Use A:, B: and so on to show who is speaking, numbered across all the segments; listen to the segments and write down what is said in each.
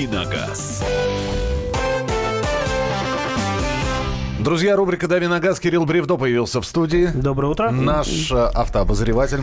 A: «Дави на газ».
B: Друзья, рубрика «Дави на газ». Кирилл Бревдо появился в студии.
C: Доброе утро.
B: Наш автообозреватель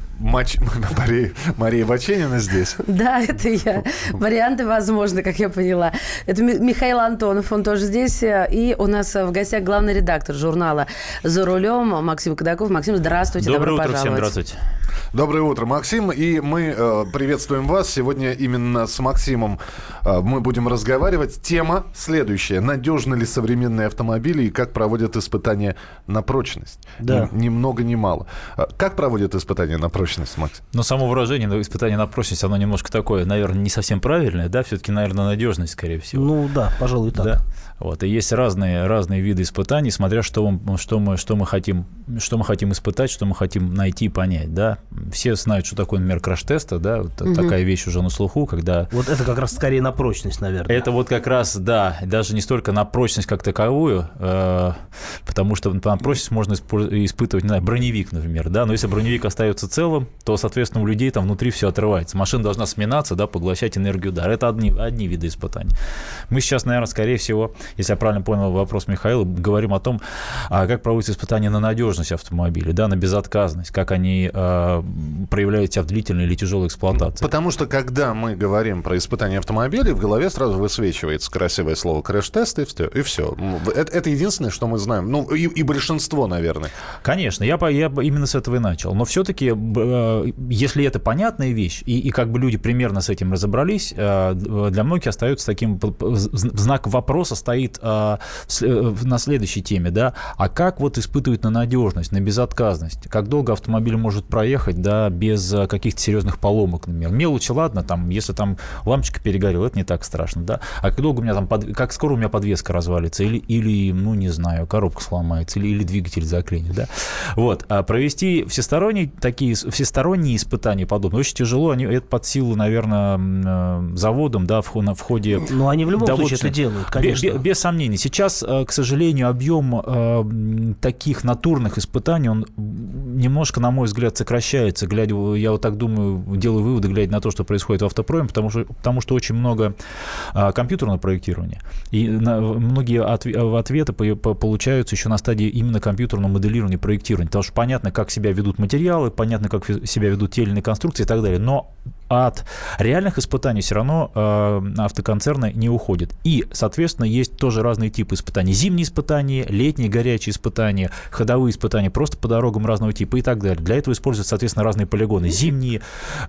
B: Мария Баченина здесь.
D: Да, это я. Варианты возможны, как я поняла. Это Михаил Антонов, он тоже здесь. И у нас в гостях главный редактор журнала «За рулем» Максим Кадаков. Максим, здравствуйте, добро пожаловать.
C: Всем здравствуйте.
B: Доброе утро, Максим. И мы приветствуем вас. Сегодня именно с Максимом мы будем разговаривать. Тема следующая. Надежны ли современные автомобили и как проводят испытания на прочность?
C: Да.
B: Ни много ни мало. Как проводят испытания на прочность, Максим?
E: Но само выражение испытание на прочность, оно немножко такое, наверное, не совсем правильное, да? Все-таки, наверное, надежность, скорее всего.
C: Ну да, пожалуй, так.
E: Да? Вот. И есть разные виды испытаний, смотря что мы хотим испытать, что мы хотим найти и понять, да? Все знают, что такое, например, краш-тест, да? Вот такая вещь уже на слуху, когда...
C: Вот это как раз скорее на прочность, наверное.
E: Это вот как раз, да, даже не столько на прочность как таковую, потому что на прочность можно испытывать, не знаю, броневик, например, да? Но если броневик остается целым, то, соответственно, у людей там внутри все отрывается. Машина должна сминаться, да, поглощать энергию удара. Это одни виды испытаний. Мы сейчас, наверное, скорее всего, если я правильно понял вопрос Михаила, говорим о том, как проводятся испытания на надежность автомобиля, да, на безотказность, как они проявляют себя в длительной или тяжелой эксплуатации.
B: Потому что, когда мы говорим про испытания автомобилей, в голове сразу высвечивается красивое слово «крэш-тест» и все. Это единственное, что мы знаем. Ну, и большинство, наверное.
E: Конечно, я именно с этого и начал. Но все-таки, если это понятная вещь, и как бы люди примерно с этим разобрались, для многих остается таким знак вопроса стоит на следующей теме, да, а как вот испытывать на надежность, на безотказность, как долго автомобиль может проехать, да, без каких-то серьезных поломок, например. Мелочи, ладно, там, если там лампочка перегорела, это не так страшно, да, а как долго у меня там, как скоро у меня подвеска развалится, или ну, не знаю, коробка сломается, или двигатель заклинит, да, вот, а провести всесторонние испытания подобные очень тяжело, это под силу, наверное, заводом, да, в ходе...
C: Ну, они в любом случае это делают, конечно.
E: Без сомнений. Сейчас, к сожалению, объем таких натурных испытаний, он немножко, на мой взгляд, сокращается. Я вот так думаю, делаю выводы, глядя на то, что происходит в автопроме, потому что очень много компьютерного проектирования. И многие ответы получаются еще на стадии именно компьютерного моделирования и проектирования. Потому что понятно, как себя ведут материалы, понятно, как себя ведут те или иные конструкции и так далее. Но от реальных испытаний все равно автоконцерны не уходят. И, соответственно, есть тоже разные типы испытаний. Зимние испытания, летние горячие испытания, ходовые испытания просто по дорогам разного типа и так далее. Для этого используются, соответственно, разные полигоны. Зимние,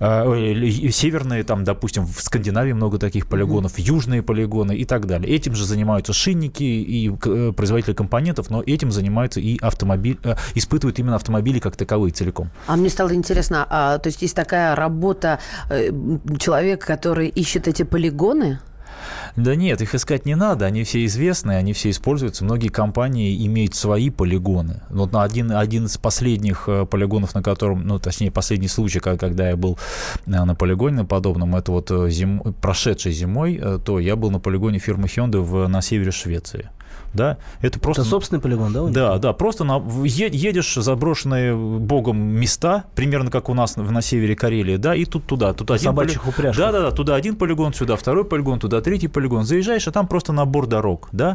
E: северные, там, допустим, в Скандинавии много таких полигонов, южные полигоны и так далее. Этим же занимаются шинники и производители компонентов, но этим занимаются и испытывают именно автомобили как таковые целиком.
D: А мне стало интересно, то есть есть такая работа человека, который ищет эти полигоны?
E: Да нет, их искать не надо, они все известны, они все используются. Многие компании имеют свои полигоны. Вот один из последних полигонов, на котором, ну, точнее, последний случай, когда я был на полигоне на подобном, это вот прошедшей зимой, то я был на полигоне фирмы Hyundai на севере Швеции. Да, это просто...
C: Это собственный полигон, да?
E: Да, просто едешь в заброшенные богом места, примерно как у нас на севере Карелии, да, и туда один
C: собачьих упряжках.
E: Да, туда один полигон, сюда второй полигон, туда третий полигон. Заезжаешь, а там просто набор дорог, да,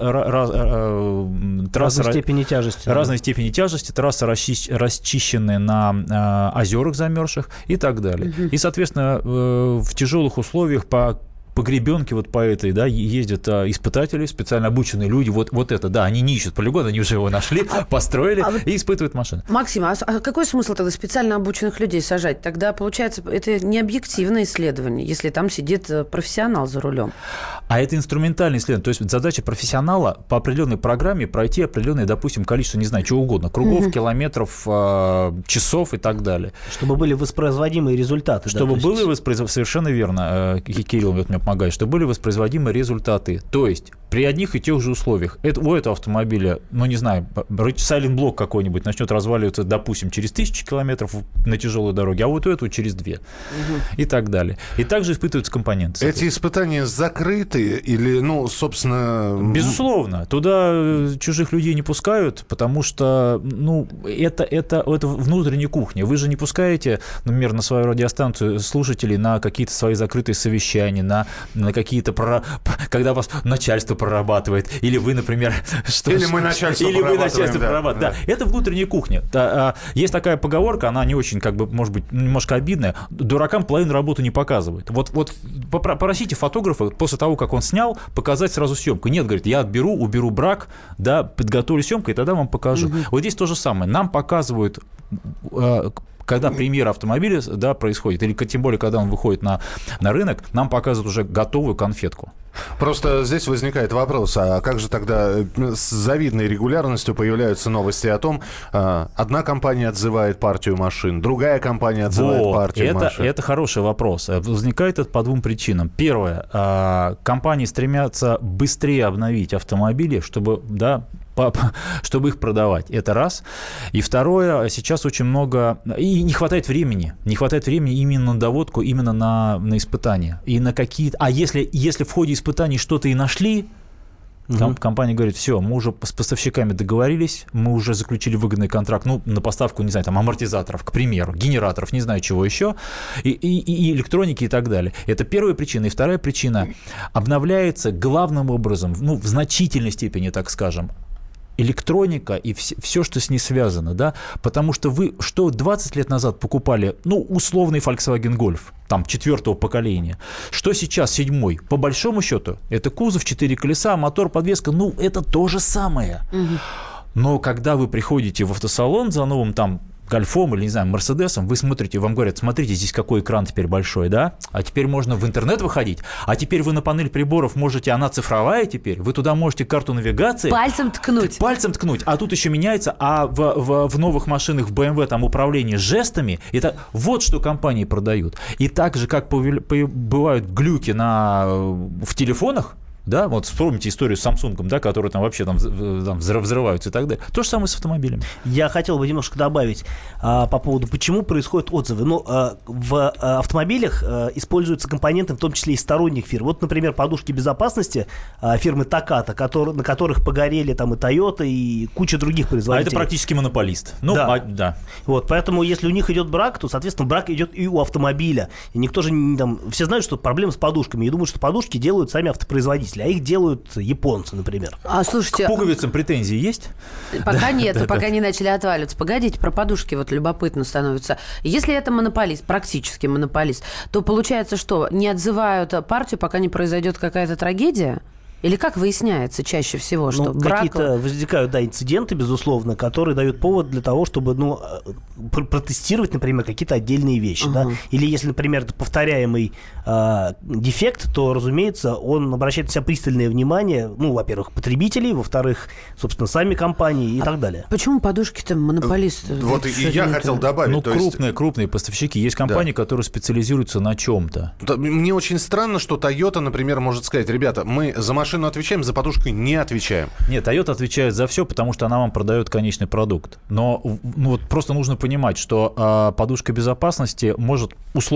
C: разной степени тяжести.
E: Разной степени тяжести, трассы расчищены на озерах замерзших и так далее. И, соответственно, в тяжелых условиях по гребенке вот по этой, да, ездят испытатели, специально обученные люди, вот это, да, они не ищут полигон, они уже его нашли, построили и испытывают машины.
D: Максим, а какой смысл тогда специально обученных людей сажать? Тогда, получается, это не объективное исследование, если там сидит профессионал за рулем.
E: А это инструментальное исследование, то есть задача профессионала по определенной программе пройти определенное, допустим, количество, не знаю, чего угодно, кругов, километров, часов и так далее.
C: Чтобы были воспроизводимые результаты.
E: Чтобы были воспроизводимые, совершенно верно, Кирилл мне помогает, чтобы были воспроизводимы результаты. То есть при одних и тех же условиях у этого автомобиля, ну, не знаю, сайлент-блок какой-нибудь начнет разваливаться, допустим, через 1000 километров на тяжелой дороге, а вот у этого через 2. И так далее. И также испытываются компоненты.
B: Эти испытания закрыты или, ну, собственно...
E: Безусловно. Туда чужих людей не пускают, потому что, ну, это внутренняя кухня. Вы же не пускаете, например, на свою радиостанцию слушателей на какие-то свои закрытые совещания, на на какие-то... Когда вас начальство прорабатывает, или вы, например...
B: Или мы начальство прорабатываем.
E: Да. Это внутренняя кухня. Есть такая поговорка, она не очень, может быть, немножко обидная. Дуракам половину работы не показывают. Вот попросите фотографа после того, как он снял, показать сразу съемку. Нет, говорит, я уберу брак, да, подготовлю съемку, и тогда вам покажу. Вот здесь то же самое. Нам показывают... Когда премьера автомобиля, да, происходит, или тем более, когда он выходит на рынок, нам показывают уже готовую конфетку.
B: Просто здесь возникает вопрос, а как же тогда с завидной регулярностью появляются новости о том, одна компания отзывает партию машин, другая компания отзывает партию машин?
E: Это хороший вопрос. Возникает это по двум причинам. Первое, компании стремятся быстрее обновить автомобили, чтобы их продавать. Это раз. И второе, сейчас очень много... И не хватает времени. Не хватает времени именно на доводку, именно на испытания. И на какие-то... А если в ходе испытаний что-то и нашли, компания говорит, все, мы уже с поставщиками договорились, мы уже заключили выгодный контракт, на поставку, не знаю, там, амортизаторов, к примеру, генераторов, не знаю, чего еще, и электроники и так далее. Это первая причина. И вторая причина. Обновляется главным образом, в значительной степени, так скажем, электроника и все, что с ней связано, да, потому что вы 20 лет назад покупали, условный Volkswagen Golf, там, 4-го поколения, что сейчас 7-й, по большому счету, это кузов, 4 колеса, мотор, подвеска, это то же самое. Но когда вы приходите в автосалон за новым там Гольфом или, не знаю, Мерседесом, вы смотрите, вам говорят, смотрите, здесь какой экран теперь большой, да? А теперь можно в интернет выходить, а теперь вы на панель приборов можете, она цифровая теперь, вы туда можете карту навигации...
D: Пальцем ткнуть,
E: а тут еще меняется, а в новых машинах в BMW там управление жестами, это вот что компании продают. И так же, как бывают глюки в телефонах, да, вот вспомните историю с Samsung, да, которые там вообще там взрываются и так далее. То же самое с автомобилями.
C: Я хотел бы немножко добавить по поводу, почему происходят отзывы. В автомобилях используются компоненты, в том числе и сторонних фирм. Вот, например, подушки безопасности фирмы Takata, на которых погорели там и Toyota, и куча других производителей.
E: А это практически монополист.
C: Да. Вот, поэтому, если у них идет брак, то, соответственно, брак идет и у автомобиля. И никто же все знают, что проблема с подушками. И думают, что подушки делают сами автопроизводители. А их делают японцы, например.
D: Слушайте,
E: к пуговицам претензии есть?
D: Пока нет, пока не начали отваливаться. Погодите, про подушки вот любопытно становится. Если это монополист, практически монополист, то получается, что не отзывают партию, пока не произойдет какая-то трагедия? Или как выясняется чаще всего, что
C: какие-то возникают, инциденты, безусловно, которые дают повод для того, чтобы, протестировать, например, какие-то отдельные вещи, да? Или если, например, это повторяемый дефект, то, разумеется, он обращает на себя пристальное внимание, во-первых, потребителей, во-вторых, собственно, сами компании и так далее.
D: Почему подушки-то монополисты?
B: Вот и я хотел добавить.
E: Крупные поставщики. Есть компании, которые специализируются на чем-то.
B: Мне очень странно, что Toyota, например, может сказать, ребята, мы за машину отвечаем, за подушку не отвечаем.
E: Нет, Toyota отвечает за все, потому что она вам продает конечный продукт. Но просто нужно понимать, что подушка безопасности может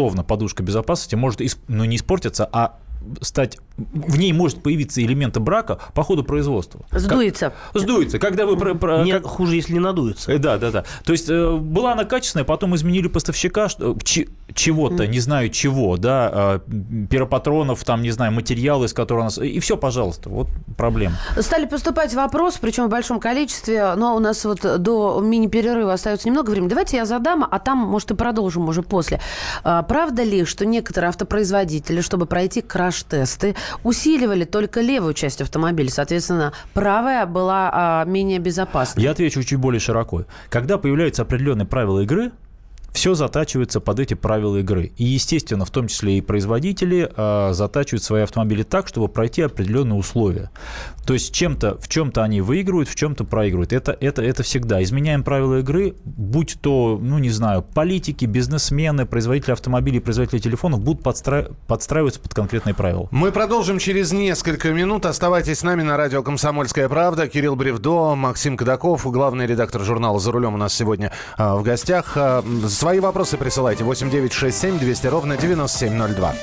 E: не испортиться, а в ней может появиться элементы брака по ходу производства.
D: Сдуется.
E: Когда вы...
C: Хуже, если не надуется.
E: Да. То есть была она качественная, потом изменили поставщика чего-то, не знаю чего, да, пиропатронов, там, не знаю, материалы, из которых у нас... И все, пожалуйста, вот проблема.
D: Стали поступать вопросы, причем в большом количестве, но у нас вот до мини-перерыва остается немного времени. Давайте я задам, а там, может, и продолжим уже после. Правда ли, что некоторые автопроизводители, чтобы пройти краш-тесты, усиливали только левую часть автомобиля, соответственно, правая была менее безопасной?
E: Я отвечу чуть более широко. Когда появляются определенные правила игры, все затачивается под эти правила игры. И, естественно, в том числе и производители затачивают свои автомобили так, чтобы пройти определенные условия. То есть в чем-то они выигрывают, в чем-то проигрывают. Это всегда. Изменяем правила игры, будь то, политики, бизнесмены, производители автомобилей, производители телефонов будут подстраиваться под конкретные правила.
B: Мы продолжим через несколько минут. Оставайтесь с нами на радио «Комсомольская правда». Кирилл Бревдо, Максим Кадаков, главный редактор журнала «За рулем» у нас сегодня в гостях. Свои вопросы присылайте 8967-200-97-02.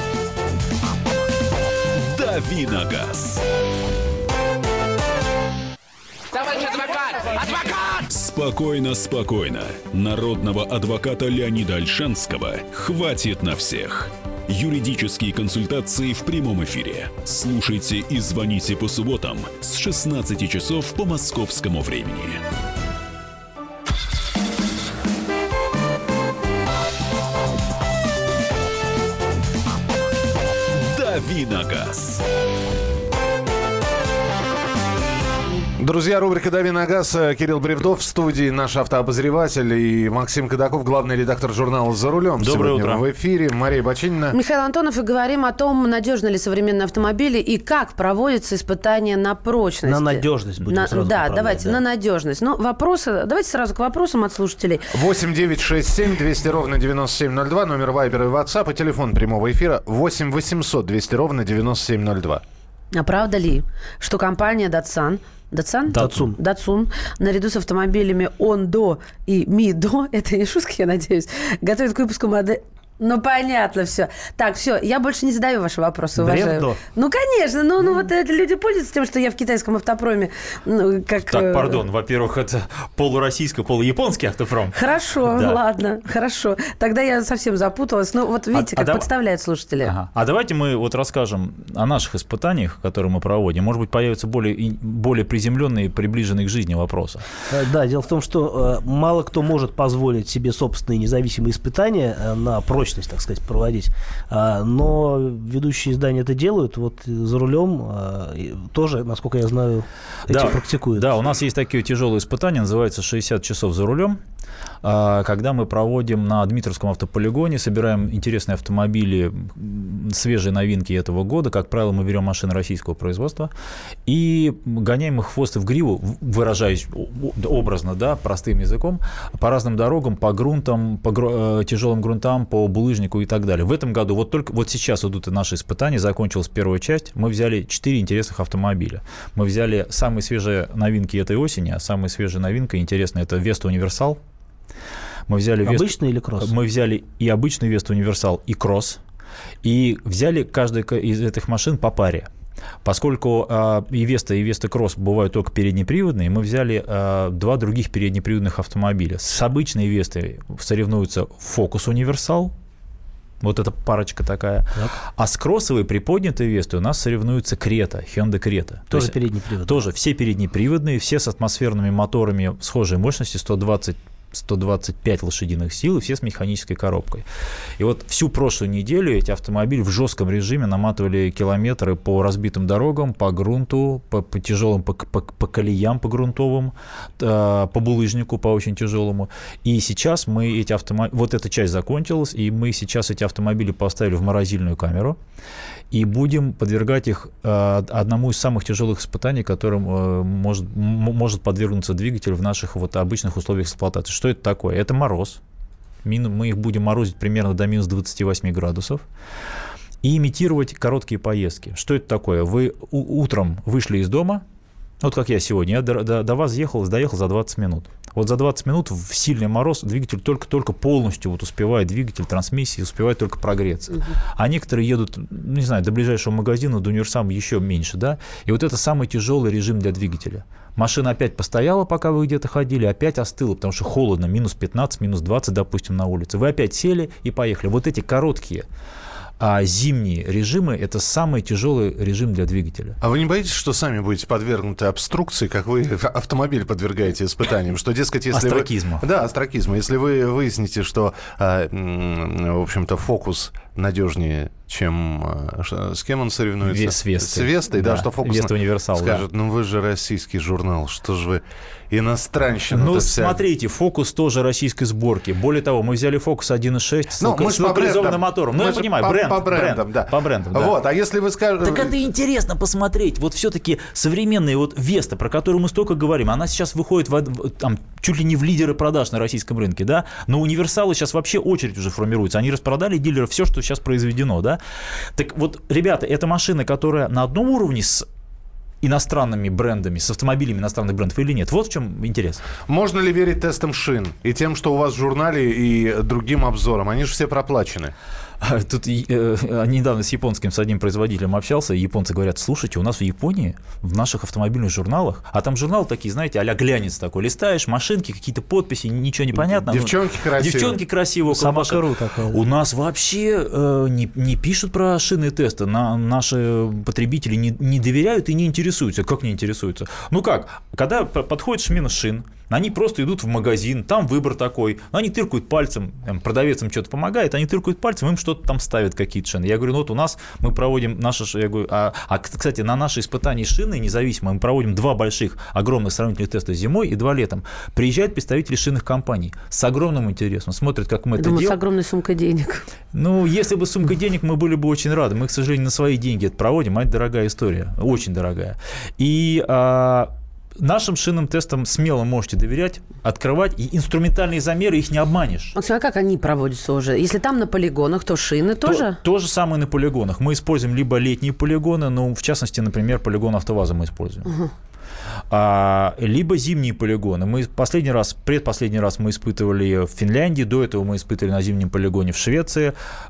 A: Давиногаз. Товарищ адвокат! Адвокат! Спокойно. Народного адвоката Леонида Ольшанского хватит на всех. Юридические консультации в прямом эфире. Слушайте и звоните по субботам с 16 часов по московскому времени. Давиногаз.
B: Друзья, рубрика «Дави на газ». Кирилл Бревдов в студии, наш автообозреватель, и Максим Кадаков, главный редактор журнала «За рулем».
E: Доброе
B: Сегодня
E: утро.
B: в эфире Мария Бачинина.
D: Михаил Антонов, и говорим о том, надежны ли современные автомобили и как проводятся испытания на прочность.
C: На надежность будем сразу
D: Да,
C: поправлять,
D: давайте, на надежность. Ну, вопросы, давайте сразу к вопросам от слушателей.
B: 8 9 6 7 200 ровно 9702, номер Вайбера и WhatsApp, и телефон прямого эфира 8 800 200 ровно 9702.
D: А правда ли, что компания Datsun наряду с автомобилями Ондо и Мидо, это не шутки, я надеюсь, готовит к выпуску модель... Ну, понятно, все. Так, все, я больше не задаю ваши вопросы, уважаемые.
C: Бревдо.
D: Ну, конечно, ну вот это люди пользуются тем, что я в китайском автопроме, ну, как...
E: Так, пардон, во-первых, это полуроссийский, полуяпонский автопром.
D: Хорошо,
E: Да.
D: ладно, хорошо. Тогда я совсем запуталась. Ну, вот видите, как подставляют слушатели.
E: Ага. А давайте мы вот расскажем о наших испытаниях, которые мы проводим. Может быть, появятся более приземленные, приближенные к жизни вопросы.
C: Да, дело в том, что мало кто может позволить себе собственные независимые испытания на прочность, так сказать, проводить. Но ведущие издания это делают. Вот «За рулем» тоже, насколько я знаю, этим практикуют.
E: Да, у нас есть такие тяжелые испытания, называется «60 часов за рулем», когда мы проводим на Дмитровском автополигоне, собираем интересные автомобили, свежие новинки этого года. Как правило, мы берем машины российского производства и гоняем их в хвост и в гриву, выражаясь образно, да, простым языком, по разным дорогам, по грунтам, по тяжелым грунтам, по булыжнику и так далее. В этом году, вот сейчас идут наши испытания, закончилась первая часть, мы взяли 4 интересных автомобиля. Мы взяли самые свежие новинки этой осени, а самая свежая новинка, интересная, это Веста Универсал. Мы взяли
C: обычный или кросс?
E: Мы взяли и обычный Веста Универсал, и кросс. И взяли каждую из этих машин по паре. Поскольку и Веста Кросс бывают только переднеприводные, мы взяли 2 других переднеприводных автомобиля. С обычной Вестой соревнуются Фокус Универсал, вот эта парочка такая. Так. А с кроссовой приподнятой Вестой у нас соревнуются Крета, Hyundai Крета.
C: Тоже переднеприводные?
E: Тоже все переднеприводные, все с атмосферными моторами схожей мощности, 125 лошадиных сил, и все с механической коробкой. И вот всю прошлую неделю эти автомобили в жестком режиме наматывали километры по разбитым дорогам, по грунту, по тяжелым, по колеям, по грунтовым, по булыжнику, по очень тяжелому. И сейчас мы эти автомобили... Вот эта часть закончилась, и мы сейчас эти автомобили поставили в морозильную камеру и будем подвергать их одному из самых тяжелых испытаний, которым может подвергнуться двигатель в наших вот обычных условиях эксплуатации. Что это такое? Это мороз. Мы их будем морозить примерно до минус 28 градусов. И имитировать короткие поездки. Что это такое? Вы утром вышли из дома, вот как я сегодня, я до вас доехал за 20 минут. Вот за 20 минут в сильный мороз двигатель только полностью вот успевает, двигатель трансмиссии успевает только прогреться. А некоторые едут, не знаю, до ближайшего магазина, до универсама еще меньше, да? И вот это самый тяжелый режим для двигателя. Машина опять постояла, пока вы где-то ходили, опять остыла, потому что холодно, минус 15, минус 20, допустим, на улице. Вы опять сели и поехали. Вот эти короткие зимние режимы – это самый тяжелый режим для двигателя.
B: А вы не боитесь, что сами будете подвергнуты обструкции, как вы автомобиль подвергаете испытаниям? Что, дескать, если
E: астракизму.
B: Да, астракизму. Если вы выясните, что, в общем-то, Фокус надежнее, чем... С кем он соревнуется?
E: С Вестой.
B: С Вестой, да, что Фокус
E: Веста Универсал,
B: скажет, ну вы же российский журнал, что же вы иностранщина.
E: Ну, смотрите, Фокус тоже российской сборки. Более того, мы взяли Фокус 1.6 с локализованным мотором. Ну, я понимаю,
B: по брендам, да.
E: По брендам, да.
B: Вот, а если вы скажете...
E: Так это интересно посмотреть. Вот все-таки современная вот Веста, про которую мы столько говорим, она сейчас выходит там, чуть ли не в лидеры продаж на российском рынке, да? Но универсалы сейчас вообще очередь уже формируется. Они распродали дилеров все, что сейчас произведено, да? Так вот, ребята, это машина, которая на одном уровне с иностранными брендами, с автомобилями иностранных брендов или нет? Вот в чем интерес.
B: Можно ли верить тестам шин и тем, что у вас в журнале, и другим обзорам? Они же все проплачены.
E: Тут недавно с японским, с одним производителем общался, и японцы говорят, слушайте, у нас в Японии, в наших автомобильных журналах, а там журналы такие, знаете, а-ля глянец такой, листаешь, машинки, какие-то подписи, ничего не понятно.
B: Девчонки красивые.
E: Девчонки красивые.
C: Собака.ру такая.
E: У нас вообще не пишут про шины тесты, наши потребители не доверяют и не интересуются. Как не интересуются? Ну как, когда подходит смена шин, они просто идут в магазин, там выбор такой, они тыркают пальцем, продавец им что-то помогает, они тыркают пальцем, им что-то там ставят, какие-то шины. Я говорю, ну вот у нас мы проводим наши, я говорю, кстати, на наши испытания шины независимо мы проводим 2 больших, огромных сравнительных теста зимой и 2 летом. Приезжают представители шинных компаний с огромным интересом, смотрят, как мы это делаем.
D: С огромной сумкой денег.
E: Ну, если бы сумка денег, мы были бы очень рады. Мы, к сожалению, на свои деньги это проводим, а это дорогая история, очень дорогая. И нашим шинным тестам смело можете доверять, открывать, и инструментальные замеры их не обманешь.
D: Максим, а как они проводятся уже? Если там на полигонах, то шины тоже?
E: То же самое на полигонах. Мы используем либо летние полигоны, ну, в частности, например, полигон АвтоВАЗа мы используем. Либо зимние полигоны. Предпоследний раз мы испытывали в Финляндии, до этого мы испытывали на зимнем полигоне в Швеции.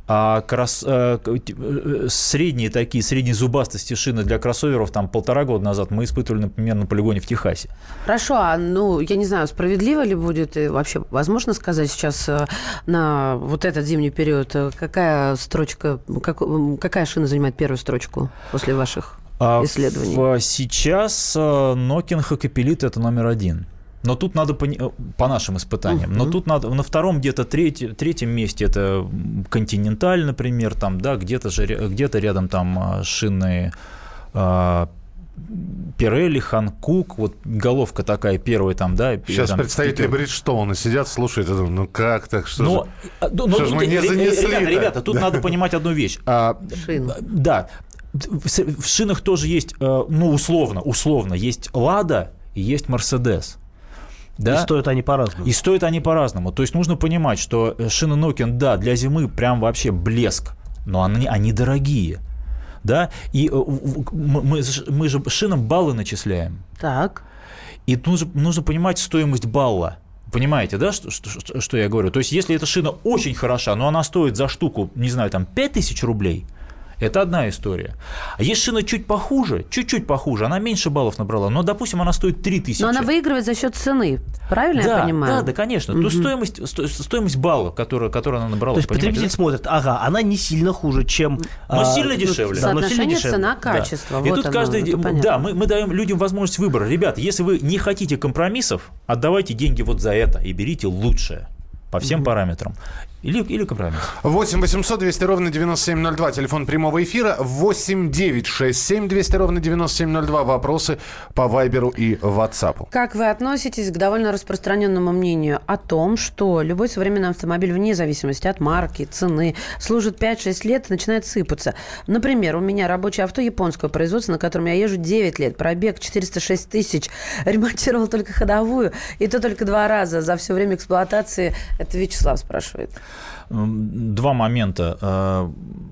E: Средние зубастости шины для кроссоверов там 1,5 года назад мы испытывали, например, на полигоне в Техасе.
D: Хорошо, я не знаю, справедливо ли будет, и вообще возможно сказать сейчас на вот этот зимний период, какая шина занимает первую строчку после ваших исследований?
E: Сейчас Nokian Hakkapeliitta – это номер 1. Но тут надо по нашим испытаниям. Но тут надо на втором, где-то третьем месте это Continental, например, там, да, где-то рядом там шины Pirelli, Hankook, вот головка такая первая там, да.
B: Сейчас
E: там,
B: представители Bridgestone сидят, слушают, и думают, ну как так, что же мы не занесли?
E: Ребята, тут надо понимать одну вещь. Да. В шинах тоже есть, ну, условно, есть Лада и есть Мерседес. Да?
C: И стоят они по-разному.
E: То есть нужно понимать, что шины Nokian, да, для зимы прям вообще блеск, но они дорогие. Да? И мы же шинам баллы начисляем.
D: Так.
E: И нужно понимать стоимость балла. Понимаете, да, что я говорю? То есть если эта шина очень хороша, но она стоит за штуку, не знаю, там 5000 рублей, это одна история. А есть шина чуть похуже, она меньше баллов набрала, но, допустим, она стоит 3000.
D: Но она выигрывает за счет цены, правильно я понимаю?
E: Да, конечно. То стоимость баллов, которую она набрала.
C: То есть потребитель смотрит, она не сильно хуже, чем...
E: Но сильно дешевле.
D: Соотношение цена-качество.
E: Да. И тут мы даем людям возможность выбора. Ребята, если вы не хотите компромиссов, отдавайте деньги вот за это и берите лучшее по всем параметрам. Или компромисс.
B: 8 800 200 ровно 9702. Телефон прямого эфира. 8 967 200 ровно 9702. Вопросы по Вайберу и Ватсапу.
D: Как вы относитесь к довольно распространенному мнению о том, что любой современный автомобиль, вне зависимости от марки, цены, служит 5-6 лет и начинает сыпаться? Например, у меня рабочее авто японского производства, на котором я езжу 9 лет, пробег 406 тысяч, ремонтировал только ходовую, и то только 2 раза за все время эксплуатации. Это Вячеслав спрашивает.
E: 2 момента.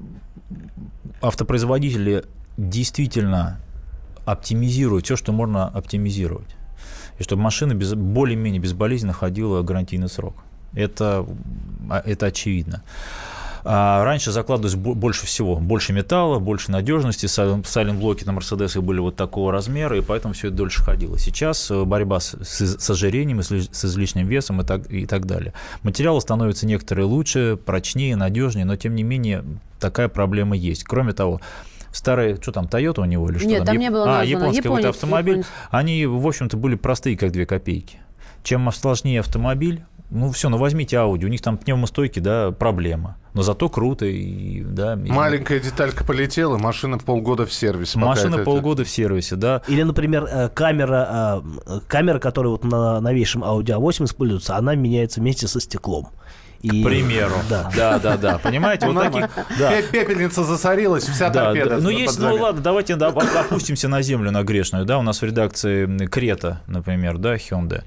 E: Автопроизводители действительно оптимизируют все, что можно оптимизировать. И чтобы машина более-менее безболезненно ходила гарантийный срок. Это очевидно. Раньше закладывалось больше всего. Больше металла, больше надежности. Сайлент-блоки на Мерседесах были вот такого размера, и поэтому все это дольше ходило. Сейчас борьба с ожирением, с излишним весом и так далее. Материалы становятся некоторые лучше, прочнее, надежнее, но тем не менее такая проблема есть. Кроме того, старые, что там, Toyota у него или что?
D: Нет, там не было названо.
E: Японский какой-то автомобиль. Они, в общем-то, были простые, как 2 копейки. Чем сложнее автомобиль, возьмите Audi, у них там пневмостойки, да, проблема. Но зато круто.
B: Маленькая деталька полетела, машина полгода в сервисе.
E: Полгода в сервисе, да.
C: Или, например, камера, которая вот на новейшем Audi A8 используется, она меняется вместе со стеклом.
E: К примеру. Да. Понимаете, вот таких...
B: Пепельница засорилась, вся торпеда.
E: Ладно, давайте опустимся на землю, на грешную. Да, у нас в редакции Крета, например, да, Hyundai.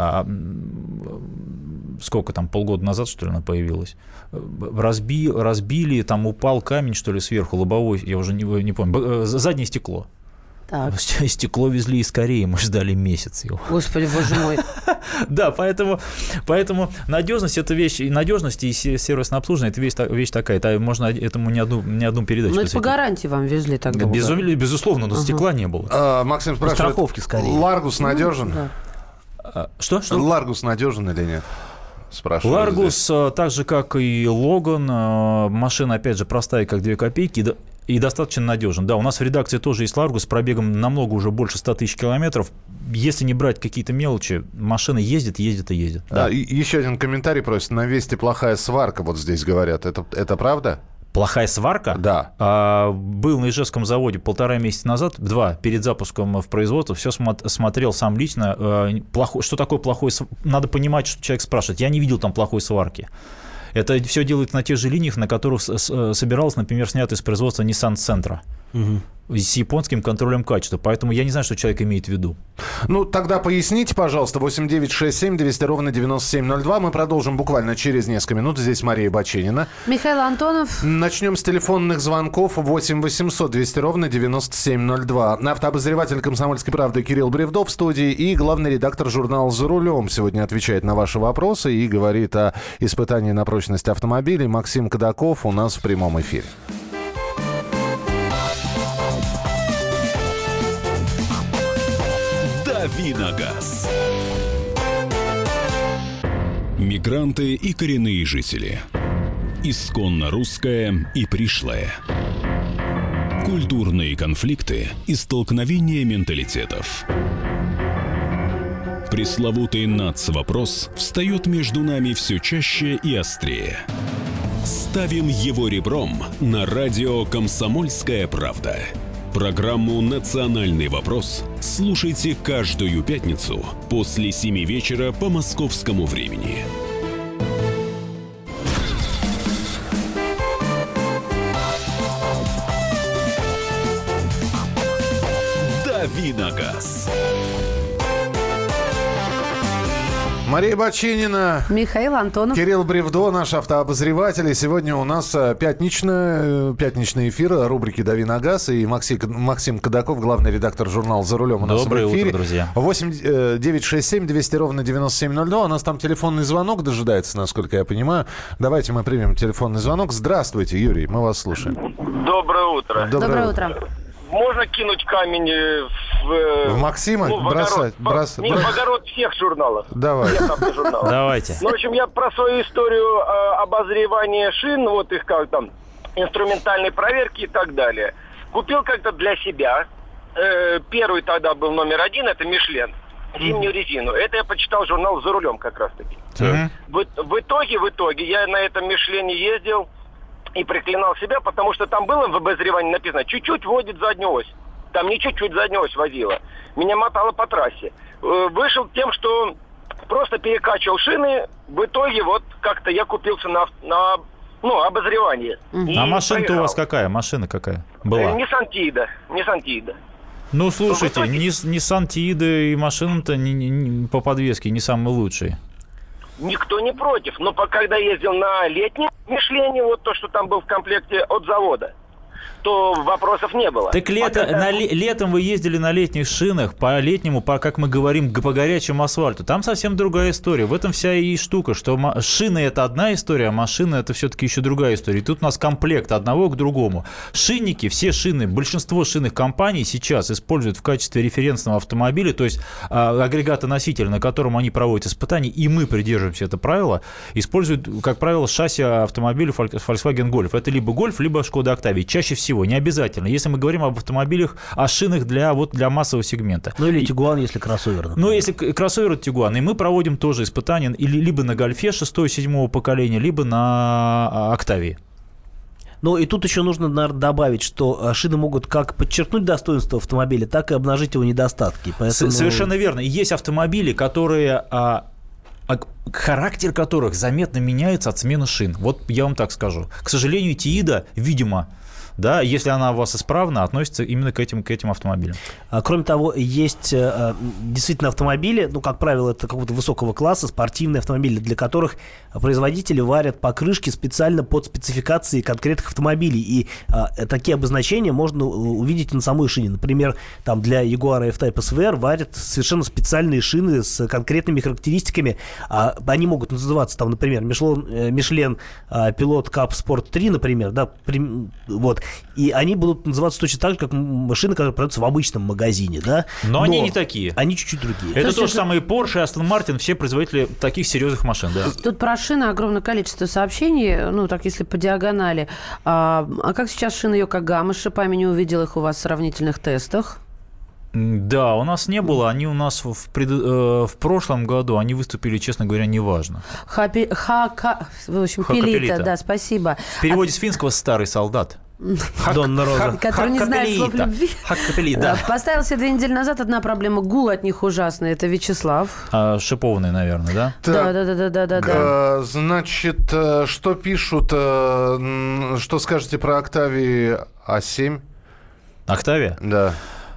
E: Сколько там, полгода назад, что ли, она появилась? Разбили, там упал камень, что ли, сверху, лобовой, я уже не помню, заднее стекло. Так. Стекло везли из Кореи, мы ждали месяц его.
D: Господи, боже мой.
E: Да, поэтому надежность — это вещь, и надежность, и сервисное обслуживание — это вещь такая. Это можно этому не одну передачу.
D: Ну, это по гарантии вам везли так долго.
E: Безусловно, но стекла не было.
B: Максим спрашивает,
C: страховки скорее.
B: Ларгус надежен?
E: Что?
B: Ларгус надежен или нет? Спрашиваю.
E: Ларгус, так же, как и Логан, машина, опять же, простая, как 2 копейки, и достаточно надежен. Да, у нас в редакции тоже есть Ларгус с пробегом намного уже больше 100 тысяч километров. Если не брать какие-то мелочи, машина ездит. Да.
B: Еще один комментарий просит. На Весте плохая сварка, вот здесь говорят. Это правда?
E: Плохая сварка?
B: Да.
E: Был на Ижевском заводе 1,5 месяца назад, 2, перед запуском в производство, все смотрел сам лично. Что такое плохой сварка? Надо понимать, что человек спрашивает. Я не видел там плохой сварки. Это все делается на тех же линиях, на которых собиралось, например, снято из производства Nissan-центра. С японским контролем качества. Поэтому я не знаю, что человек имеет в виду.
B: Ну, тогда поясните, пожалуйста. 8-967-200-97-02. Мы продолжим буквально через несколько минут. Здесь Мария Баченина.
D: Михаил Антонов.
B: Начнем с телефонных звонков. 8-800-200-97-02. Автообозреватель «Комсомольской правды» Кирилл Бревдо в студии и главный редактор журнала «За рулем» сегодня отвечает на ваши вопросы и говорит о испытании на прочность автомобилей. Максим Кадаков у нас в прямом эфире.
A: Давиногаз. Мигранты и коренные жители. Исконно русское и пришлое. Культурные конфликты и столкновения менталитетов. Пресловутый НАЦ-вопрос встает между нами все чаще и острее. Ставим его ребром на радио «Комсомольская правда». Программу «Национальный вопрос» слушайте каждую пятницу после 7 вечера по московскому времени. Давиногаз.
B: Мария Баченина,
D: Михаил Антонов,
B: Кирилл Бревдо, наш автообозреватель. И сегодня у нас пятничный эфир рубрики «Давиногаз». И Максим Кадаков, главный редактор журнала «За рулем» у нас
E: Доброе
B: в эфире.
E: утро, друзья.
B: 8-967-200-97-02. У нас там телефонный звонок дожидается, насколько я понимаю. Давайте мы примем телефонный звонок. Здравствуйте, Юрий, мы вас слушаем.
F: Доброе утро.
D: Доброе утро.
F: Можно кинуть камень
B: в Максима?
F: в
B: бросать.
F: в огород всех журналов.
B: Давай.
F: Всех автожурналов.
E: Давайте.
F: Ну, в общем, я про свою историю обозревания шин, вот их как там, инструментальной проверки и так далее. Купил как-то для себя. Первый тогда был номер 1, это Мишлен. Зимнюю резину. Это я почитал журнал «За рулем» как раз-таки. В итоге я на этом Мишлене ездил и проклинал себя, потому что там было в обозревании написано, чуть-чуть водит заднюю ось. Там не чуть-чуть заднюю ось водила. Меня мотало по трассе. Вышел тем, что просто перекачивал шины. В итоге вот как-то я купился на обозревание.
E: А машина-то у вас какая? Машина какая была?
F: Nissan Tiida.
E: Ну, слушайте, Nissan Tiida и машина-то по подвеске не самые лучшие.
F: Никто не против. Но когда ездил на летнем Мишлене, вот то, что там был в комплекте от завода, то вопросов не было.
E: Так летом вы ездили на летних шинах, по летнему, как мы говорим, по горячему асфальту. Там совсем другая история. В этом вся и штука, что шины — это одна история, а машина — это все-таки еще другая история. И тут у нас комплект одного к другому. Шинники, все шины, большинство шинных компаний сейчас используют в качестве референсного автомобиля, то есть агрегата-носителя, на котором они проводят испытания, и мы придерживаемся это правила, используют, как правило, шасси автомобиля Volkswagen Golf. Это либо Golf, либо Skoda Octavia. Чаще всего, не обязательно. Если мы говорим об автомобилях, о шинах для массового сегмента.
C: Ну или Тигуан, если кроссовер.
E: Ну, если кроссовер, это Тигуан. И мы проводим тоже испытания либо на Гольфе 6-7 поколения, либо на Октавии.
C: Ну и тут еще нужно, наверное, добавить, что шины могут как подчеркнуть достоинство автомобиля, так и обнажить его недостатки. Поэтому...
E: Совершенно верно. И есть автомобили, которые характер которых заметно меняется от смены шин. Вот я вам так скажу. К сожалению, Тиида, видимо, да, если она у вас исправна, относится именно к этим автомобилям.
C: Кроме того, есть действительно автомобили, ну, как правило, это какого-то высокого класса, спортивные автомобили, для которых производители варят покрышки специально под спецификации конкретных автомобилей. И такие обозначения можно увидеть на самой шине. Например, там для Jaguar F-Type SVR варят совершенно специальные шины с конкретными характеристиками. Они могут называться, там, например, Michelin Pilot Cup Sport 3, например, да, вот. И они будут называться точно так же, как машины, которые продаются в обычном магазине, да?
E: Но они не такие.
C: Они чуть-чуть другие.
E: Это то же самое и Porsche, и Aston Martin, все производители таких серьезных машин, да.
D: Тут про шины огромное количество сообщений, ну, так, если по диагонали. А как сейчас шины Yokohama с шипами? Не увидел их у вас в сравнительных тестах.
E: Да, у нас не было. Они у нас в прошлом году, они выступили, честно говоря, неважно.
D: В общем, Пелита, да, спасибо.
E: В переводе с финского «старый солдат».
C: Донна Роза.
D: Который не знает слов любви.
E: Да.
D: Поставил себе 2 недели назад. Одна проблема. Гул от них ужасный. Это Вячеслав.
E: Шипованный, наверное, да?
D: Да.
B: Значит, что пишут? Что скажете про Octavia A7?
E: Octavia?
B: Да.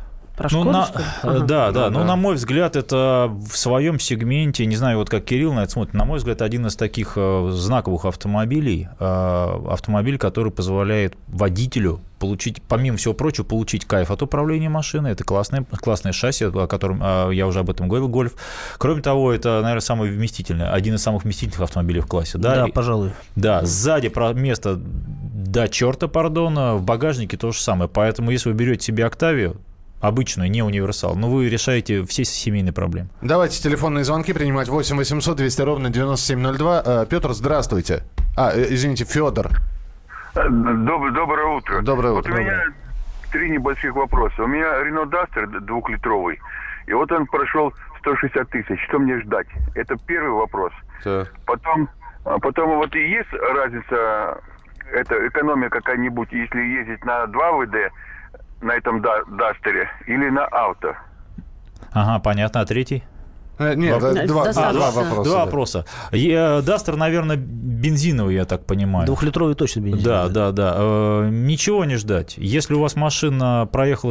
E: Да. Ну, на мой взгляд, это в своем сегменте, не знаю, вот как Кирилл на это смотрит, на мой взгляд, один из таких знаковых автомобилей, который позволяет водителю получить, помимо всего прочего, получить кайф от управления машиной. Это классное шасси, о котором я уже об этом говорил, Гольф. Кроме того, это, наверное, самый вместительный, один из самых вместительных автомобилей в классе. Да,
C: пожалуй.
E: Да, сзади место до черта, в багажнике то же самое. Поэтому, если вы берете себе Octavia, обычную, не универсал, но вы решаете все семейные проблемы.
B: Давайте телефонные звонки принимать. 8 800 200 ровно 9702. Петр, здравствуйте. Извините, Федор.
G: Доброе утро.
B: Доброе утро.
G: Вот у меня 3 небольших вопроса. У меня Renault Duster 2-литровый, и вот он прошел 160 тысяч. Что мне ждать? Это первый вопрос.
B: Так.
G: Потом вот и есть разница, это экономия какая-нибудь, если ездить на 2 ВД, на этом Дастере, или на авто?
E: Ага, понятно. А третий?
B: Нет, два вопроса.
E: Дастер, наверное, бензиновый, я так понимаю.
C: 2-литровый точно бензиновый.
E: Да. Ничего не ждать. Если у вас машина проехала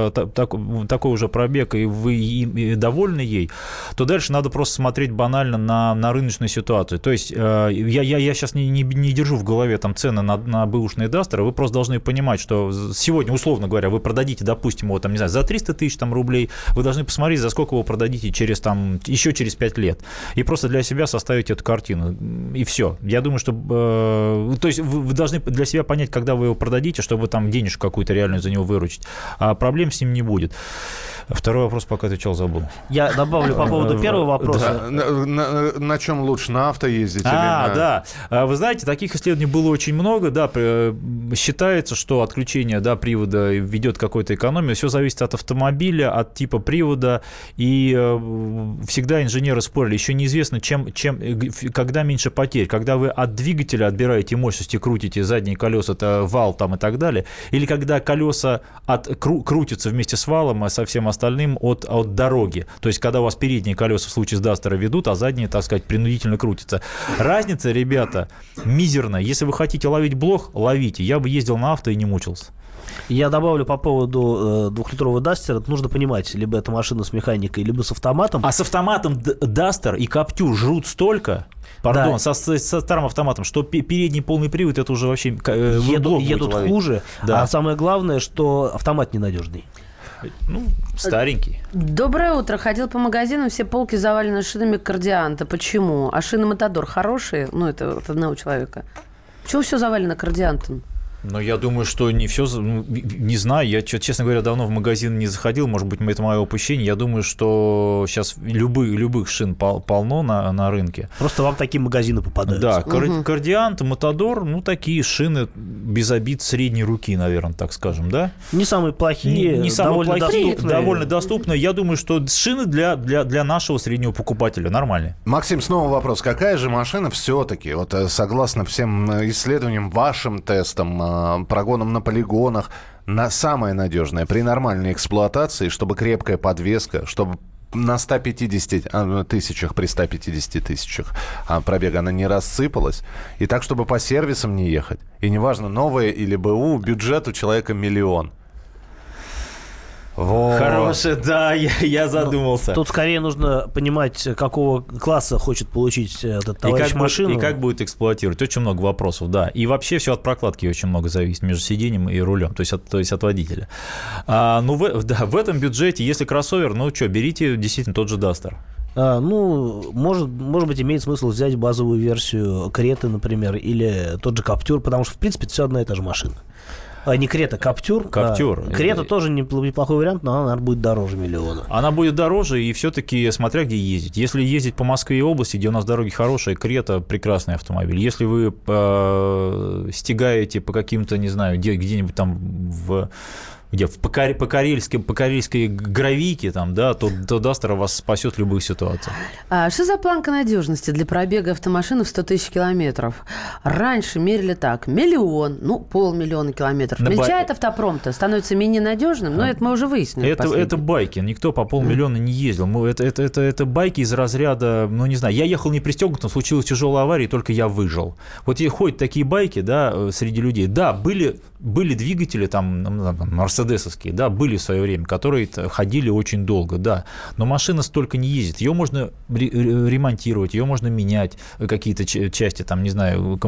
E: такой уже пробег, и вы довольны ей, то дальше надо просто смотреть банально на рыночную ситуацию. То есть я сейчас не держу в голове там цены на бэушные Дастеры. Вы просто должны понимать, что сегодня, условно говоря, вы продадите, допустим, его там, не знаю, за 300 тысяч там, рублей, вы должны посмотреть, за сколько вы продадите еще через 5 лет. И просто для себя составить эту картину. И все. Я думаю, что... то есть вы должны для себя понять, когда вы его продадите, чтобы там денежку какую-то реальную за него выручить. А проблем с ним не будет. Второй вопрос пока отвечал, забыл. Я добавлю по поводу первого вопроса.
B: На чем лучше, на авто ездить или на...
E: Да. Вы знаете, таких исследований было очень много. Да, считается, что отключение привода ведет к какой-то экономии. Все зависит от автомобиля, от типа привода. И всегда инженеры спорили. Еще неизвестно, когда меньше потерь. Когда вы от двигателя отбираете мощности, крутите задние колеса, это вал там и так далее. Или когда колеса крутятся вместе с валом, а со всем остальным от дороги. То есть, когда у вас передние колеса в случае с Дастера ведут, а задние, так сказать, принудительно крутятся. Разница, ребята, мизерная. Если вы хотите ловить блох, ловите. Я бы ездил на авто и не мучился.
C: Я добавлю по поводу 2-литрового Дастера. Нужно понимать, либо это машина с механикой, либо с автоматом.
E: А с автоматом Дастер и Каптюр жрут столько... Пардон, со старым автоматом, что передний полный привод, это уже вообще...
C: Едут хуже. Да. А самое главное, что автомат ненадежный.
E: Старенький.
D: Доброе утро. Ходил по магазинам, все полки завалены шинами Кардианта. Почему? А шины Матадор хорошие? Это от одного человека. Почему все завалено Кардиантом?
E: Но я думаю, что не все, не знаю, я, честно говоря, давно в магазин не заходил, может быть, это мое упущение. Я думаю, что сейчас любых шин полно на рынке.
C: Просто вам такие магазины попадаются.
E: Да, Кардиант, Матадор, такие шины без обид средней руки, наверное, так скажем, да?
C: Не самые плохие,
E: не самые плохие, довольно доступные. Я думаю, что шины для нашего среднего покупателя нормальные.
B: Максим, снова вопрос. Какая же машина все-таки, согласно всем исследованиям, вашим тестам, прогонам на полигонах, самая надежная при нормальной эксплуатации, чтобы крепкая подвеска, чтобы на 150 тысячах, при 150 тысячах пробега она не рассыпалась. И так, чтобы по сервисам не ехать. И неважно, новое или БУ, бюджет у человека 1 миллион. Вот.
E: Хороший, да, я задумался.
C: Тут скорее нужно понимать, какого класса хочет получить этот товарищ машину.
E: И как будет эксплуатировать. Очень много вопросов, да. И вообще все от прокладки очень много зависит между сиденьем и рулем, то есть от водителя. В этом бюджете, если кроссовер, берите действительно тот же Duster.
C: Может быть, имеет смысл взять базовую версию Креты, например, или тот же Каптюр, потому что, в принципе, это все одна и та же машина. Не Крета, Каптюр. Крета тоже неплохой вариант, но она, наверное, будет дороже 1 миллиона.
E: Она будет дороже, и все-таки смотря где ездить. Если ездить по Москве и области, где у нас дороги хорошие, Крета – прекрасный автомобиль. Если вы стегаете по каким-то, не знаю, где-нибудь там по карельской гравийке, там, да, то Duster вас спасет в любых ситуациях.
D: Что за планка надежности для пробега автомашины в 100 тысяч километров? Раньше мерили так: 1 миллион, 500 000 километров. Мельчает автопром-то, становится менее надежным, но это мы уже выяснили.
E: Это байки, никто по 500 000 не ездил. Это байки из разряда, не знаю, я ехал не пристегнутым, случилась тяжелая авария, и только я выжил. Вот и ходят такие байки, да, среди людей. Да, были двигатели, там, мерседесовские, да, были в свое время, которые ходили очень долго, да, но машина столько не ездит, ее можно ремонтировать, ее можно менять, какие-то части, там, не знаю,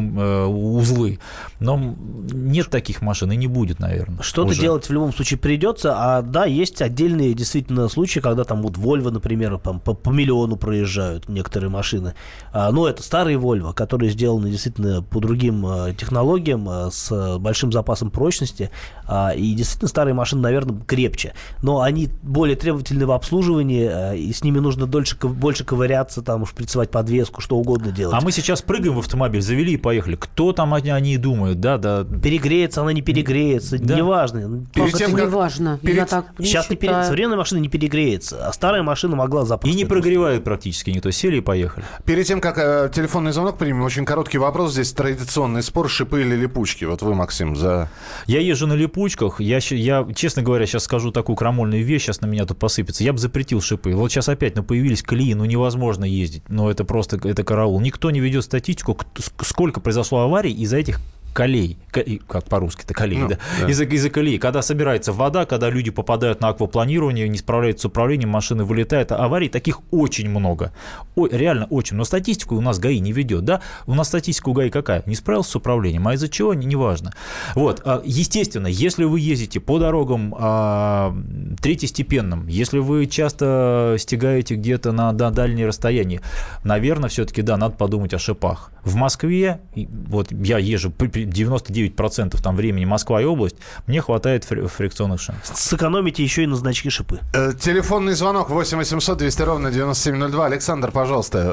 E: узлы, но нет таких машин и не будет, наверное.
C: Что-то делать в любом случае придется, да, есть отдельные действительно случаи, когда там вот Volvo, например, по миллиону проезжают некоторые машины, это старые Volvo, которые сделаны действительно по другим технологиям, с большим запасом прочности, и действительно старые машины, наверное, крепче, но они более требовательны в обслуживании, и с ними нужно больше ковыряться, там, шприцевать подвеску, что угодно делать.
E: А мы сейчас прыгаем в автомобиль, завели и поехали. Кто там они думают, да.
C: Перегреется она, не перегреется,
E: да.
C: неважно.
D: Неважно.
C: Сейчас современная машина не перегреется, а старая машина могла запросто.
E: И не прогревают практически никто, сели и поехали.
B: Перед тем, как телефонный звонок примем, очень короткий вопрос. Здесь традиционный спор: шипы или липучки? Вот вы, Максим, за...
E: Я езжу на липучках. Я, честно говоря, сейчас скажу такую крамольную вещь, сейчас на меня тут посыпется. Я бы запретил шипы. Вот сейчас опять появились колеи, невозможно ездить. Это просто, это караул. Никто не ведет статистику, сколько произошло аварий из-за этих колей, как по-русски-то колей, да? Из-за колей. Когда собирается вода, когда люди попадают на аквапланирование, не справляются с управлением, машины вылетают. Аварий таких очень много. Реально очень. Но статистику у нас ГАИ не ведет, да? У нас статистика у ГАИ какая? Не справился с управлением. А из-за чего? Неважно. Вот. Естественно, если вы ездите по дорогам третьестепенным, если вы часто стегаете где-то на дальние расстояния, наверное, все-таки, да, надо подумать о шипах. В Москве, вот я езжу 99% там времени Москва и область, мне хватает фрикционных шин.
C: Сэкономите еще и на значки шипы.
B: Телефонный звонок 8 800 200 ровно 9702. Александр, пожалуйста.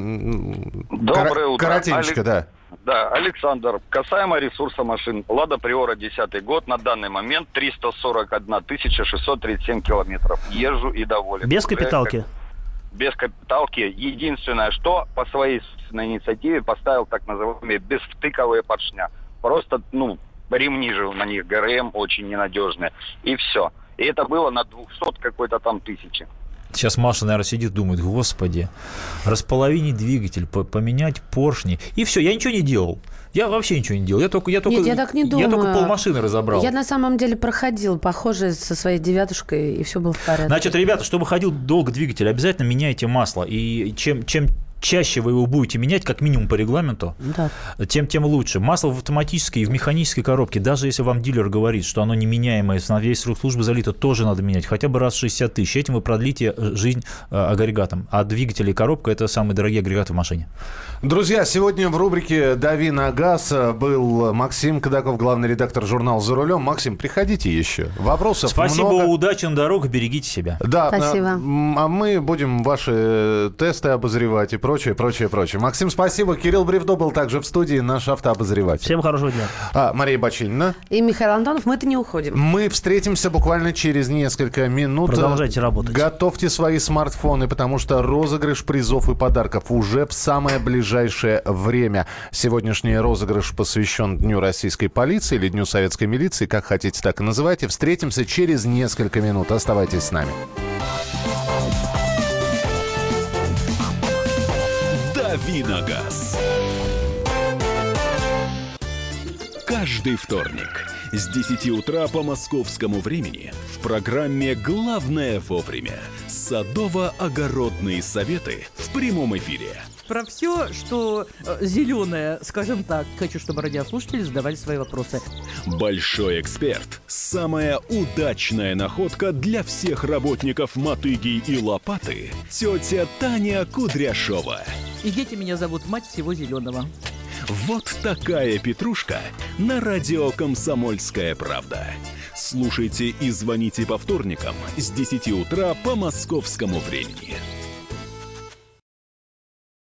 H: Доброе утро.
B: Коротенько, да.
H: Да, Александр. Касаемо ресурса машин. Лада Приора, 10-й год. На данный момент 341 637 километров. Езжу и доволен.
C: Без капиталки?
H: Без капиталки. Единственное, что по своей инициативе поставил так называемые безвтыковые поршня. Просто, ремни же на них ГРМ очень ненадежные. И все. И это было на 200 какой-то там тысячи.
E: Сейчас Маша, наверное, сидит, думает: господи, располовинить двигатель, поменять поршни. И все, я ничего не делал. Я вообще ничего не делал. Я только
D: так не думаю.
E: Я только полмашины разобрал.
D: Я на самом деле проходил похожее со своей девятушкой, и все было в порядке.
E: Значит, ребята, чтобы ходил долго двигатель, обязательно меняйте масло. И чем чаще вы его будете менять, как минимум по регламенту, да, тем лучше. Масло в автоматической и в механической коробке, даже если вам дилер говорит, что оно неменяемое, на весь срок службы залито, тоже надо менять хотя бы раз в 60 тысяч. Этим вы продлите жизнь агрегатом. А двигатель и коробка – это самые дорогие агрегаты в машине.
B: Друзья, сегодня в рубрике «Дави на газ» был Максим Кадаков, главный редактор журнала «За рулем». Максим, приходите еще. Вопросов
E: Спасибо,
B: много.
E: Удачи на дорогах, берегите себя.
B: Да,
D: спасибо.
B: А мы будем ваши тесты обозревать и прочее. Максим, спасибо. Кирилл Бревдо был также в студии, наш автообозреватель.
C: Всем хорошего дня.
B: Мария Бачинина.
D: И Михаил Антонов. Мы-то не уходим.
B: Мы встретимся буквально через несколько минут.
C: Продолжайте работать.
B: Готовьте свои смартфоны, потому что розыгрыш призов и подарков уже в самое ближайшее время. Сегодняшний розыгрыш посвящен Дню российской полиции или Дню советской милиции, как хотите, так и называйте. Встретимся через несколько минут. Оставайтесь с нами.
A: «Дави на газ». Каждый вторник с 10 утра по московскому времени в программе «Главное вовремя» садово-огородные советы в прямом эфире.
I: Про все, что зеленое, скажем так. Хочу, чтобы радиослушатели задавали свои вопросы.
A: Большой эксперт. Самая удачная находка для всех работников мотыги и лопаты. Тетя Таня Кудряшова.
I: И дети меня зовут мать всего зеленого.
A: Вот такая петрушка на радио «Комсомольская правда». Слушайте и звоните по вторникам с 10 утра по московскому времени.